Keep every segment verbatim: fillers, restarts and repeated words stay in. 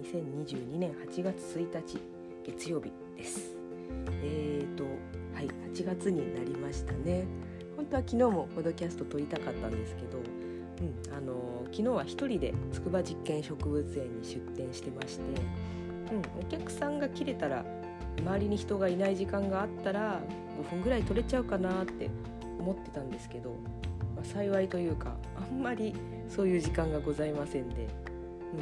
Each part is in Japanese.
せんにじゅうにねんはちがつついたち月曜日です。えーとはいはちがつになりましたね。本当は昨日もポッドキャスト撮りたかったんですけど、うんあのー、昨日は一人で筑波実験植物園に出店してまして、うん、お客さんが切れたら周りに人がいない時間があったらごふんぐらい撮れちゃうかなって思ってたんですけど、まあ、幸いというかあんまりそういう時間がございませんで、うん、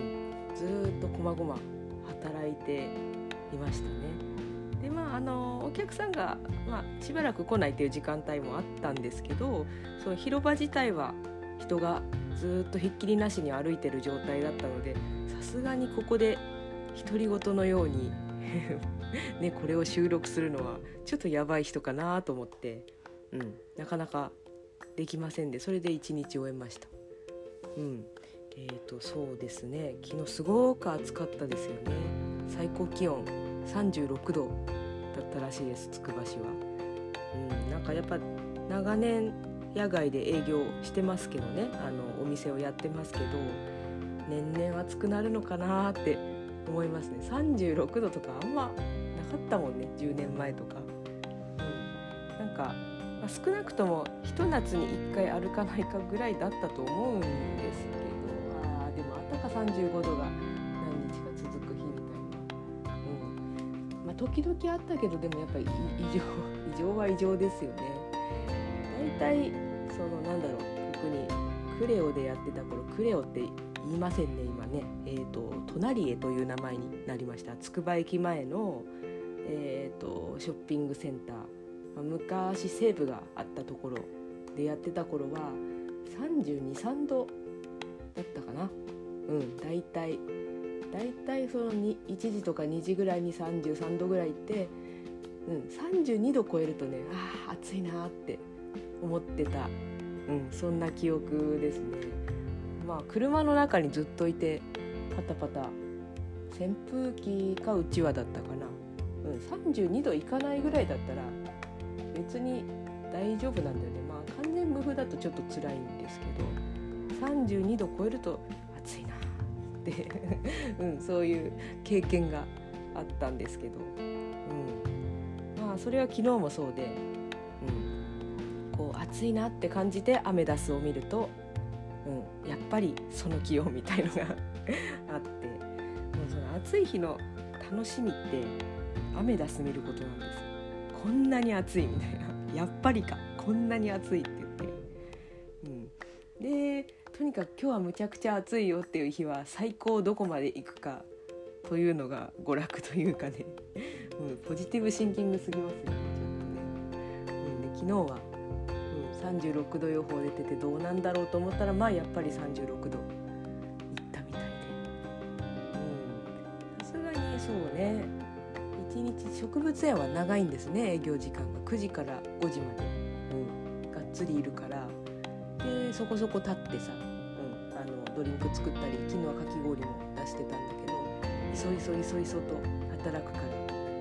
ずーっとこまごま働いていましたね。でまああのお客さんが、まあ、しばらく来ないという時間帯もあったんですけど、その広場自体は人がずっとひっきりなしに歩いてる状態だったので、さすがにここで独り言のようにね、これを収録するのはちょっとやばい人かなと思って、うん、なかなかできませんで、それで一日終えました。うんえーとそうですね、昨日すごく暑かったですよね。最高気温さんじゅうろくどだったらしいです、つくば市は。うん、なんかやっぱ長年野外で営業してますけどね、あのお店をやってますけど、年々暑くなるのかなって思いますね。さんじゅうろくどとかあんまなかったもんね、じゅうねんまえとか。うん、なんか、まあ、少なくともひと夏にいっかい歩かないかぐらいだったと思うんですけど、あでもあったかさんじゅうごどが何日か続く日みたいな、うんまあ、時々あったけど、でもやっぱり異常異常は異常ですよね。だいたいそのなんだろう、特にクレオでやってた頃、クレオって言いませんね今ね、えーと隣へという名前になりました。つくば駅前の、えーとショッピングセンター、まあ、昔西武があったところでやってた頃はさんじゅうに、さんどだったかな。うんだいたいだいたいそのいちじとかにじぐらいにさんじゅうさんどぐらいって、うん、さんじゅうにど超えるとね、あー暑いなって思ってた、うん、そんな記憶ですね。まあ車の中にずっといてパタパタ扇風機かうちわだったかな、うん、さんじゅうにどいかないぐらいだったら別に大丈夫なんだよね。まあ完全無風だとちょっと辛いんですけど、さんじゅうにど超えると暑いなって、うん、そういう経験があったんですけど、うん、まあそれは昨日もそうで、うん、こう暑いなって感じてアメダスを見ると、うん、やっぱりその気温みたいのがあって、もうその暑い日の楽しみってアメダス見ることなんです。こんなに暑いみたいな、やっぱりかこんなに暑いって言って、うん、でとにかく今日はむちゃくちゃ暑いよっていう日は最高どこまで行くかというのが娯楽というかね、うん、ポジティブシンキングすぎますよね、ちょっとね、うん、で昨日はさんじゅうろくど予報出ててどうなんだろうと思ったら、まあやっぱりさんじゅうろくどいったみたいで、さすがにそうね、いちにち植物園は長いんですね、営業時間がくじからごじまで、うん、がっつりいるから、でそこそこ立ってさ、うん、あのドリンク作ったり、昨日はかき氷も出してたんだけど、いそいそいそいそと働くから、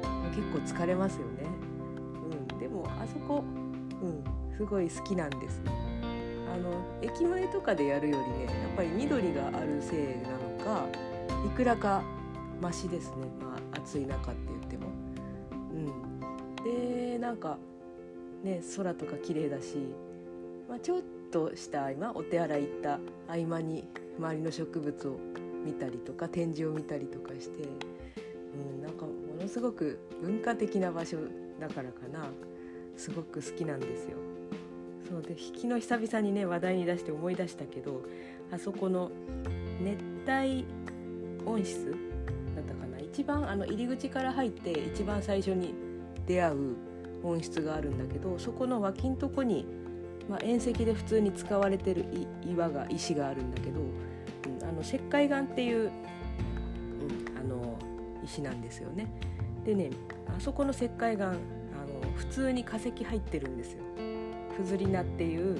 まあ、結構疲れますよね、うん、でもあそこ、うんすごい好きなんです。あの駅前とかでやるよりね、やっぱり緑があるせいなのか、いくらかマシですね、まあ、暑い中って言っても、うん、でなんかね空とか綺麗だし、まあ、ちょっとした合間、お手洗い行った合間に周りの植物を見たりとか展示を見たりとかして、うん、なんかものすごく文化的な場所だからかな、すごく好きなんですよ。そうで昨日久々にね話題に出して思い出したけど、あそこの熱帯温室だったかな、一番あの入り口から入って一番最初に出会う温室があるんだけど、そこの脇んとこに、まあ、縁石で普通に使われてる岩が石があるんだけど、うん、あの石灰岩っていう、うん、あの石なんですよね。でね、あそこの石灰岩、あの普通に化石入ってるんですよ。フズリナっていう、うん、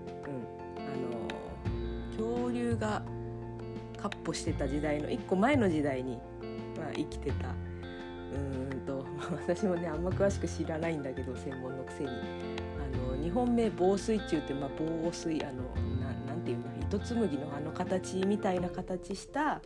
あの恐竜がかっ歩してた時代の一個前の時代に、まあ、生きてた、うーんと、まあ、私もねあんま詳しく知らないんだけど、専門のくせに、あの日本名防水虫って、まあ、防水、あの な, なんていうんだ、糸紡ぎのあの形みたいな形した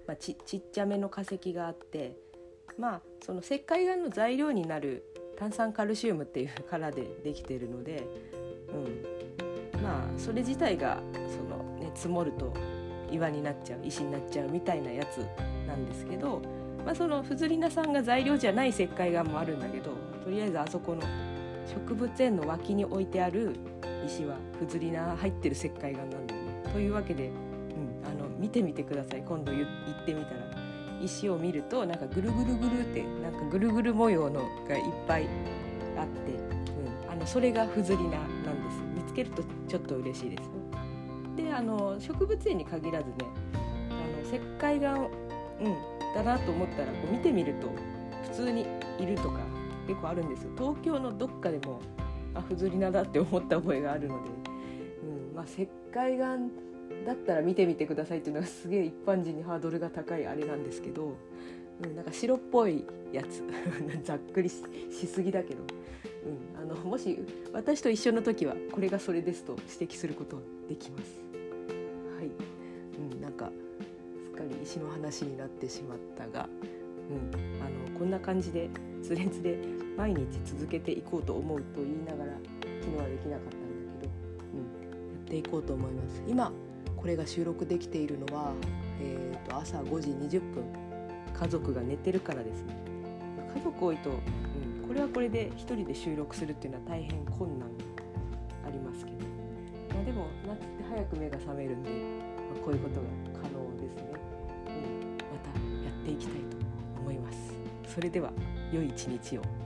まあ、ち, ちっちゃめの化石があって、まあ、その石灰岩の材料になる炭酸カルシウムっていう殻でできているので、うん、まあそれ自体がその、ね、積もると岩になっちゃう、石になっちゃうみたいなやつなんですけど、まあ、そのフズリナ酸が材料じゃない石灰岩もあるんだけど、とりあえずあそこの植物園の脇に置いてある石はフズリナ入ってる石灰岩なんだよね。というわけで、うん、あの見てみてください。今度行ってみたら石を見るとなんかぐるぐるぐるってなんかぐるぐる模様のがいっぱいあって、うん、あのそれがフズリナなんです。見つけるとちょっと嬉しいです。で、あの植物園に限らずね、あの石灰岩、うん、だなと思ったらこう見てみると普通にいるとか結構あるんですよ。東京のどっかでもあフズリナだって思った覚えがあるので、うん、まあ石灰岩だったら見てみてくださいっていうのがすげえ一般人にハードルが高いあれなんですけど、うん、なんか白っぽいやつざっくり し, しすぎだけど、うん、あのもし私と一緒の時はこれがそれですと指摘することはできます。はい、うん、なんかすっかり石の話になってしまったが、うん、あのこんな感じでつれつれ毎日続けていこうと思うと言いながら昨日はできなかったんだけど、うん、やっていこうと思います。今これが収録できているのは、えー、と朝ごじにじゅっぷん、家族が寝てるからですね。家族多いと、うん、これはこれで一人で収録するっていうのは大変困難ありますけど、まあ、でも夏って早く目が覚めるんで、まあ、こういうことが可能ですね、うん、またやっていきたいと思います。それでは良い一日を。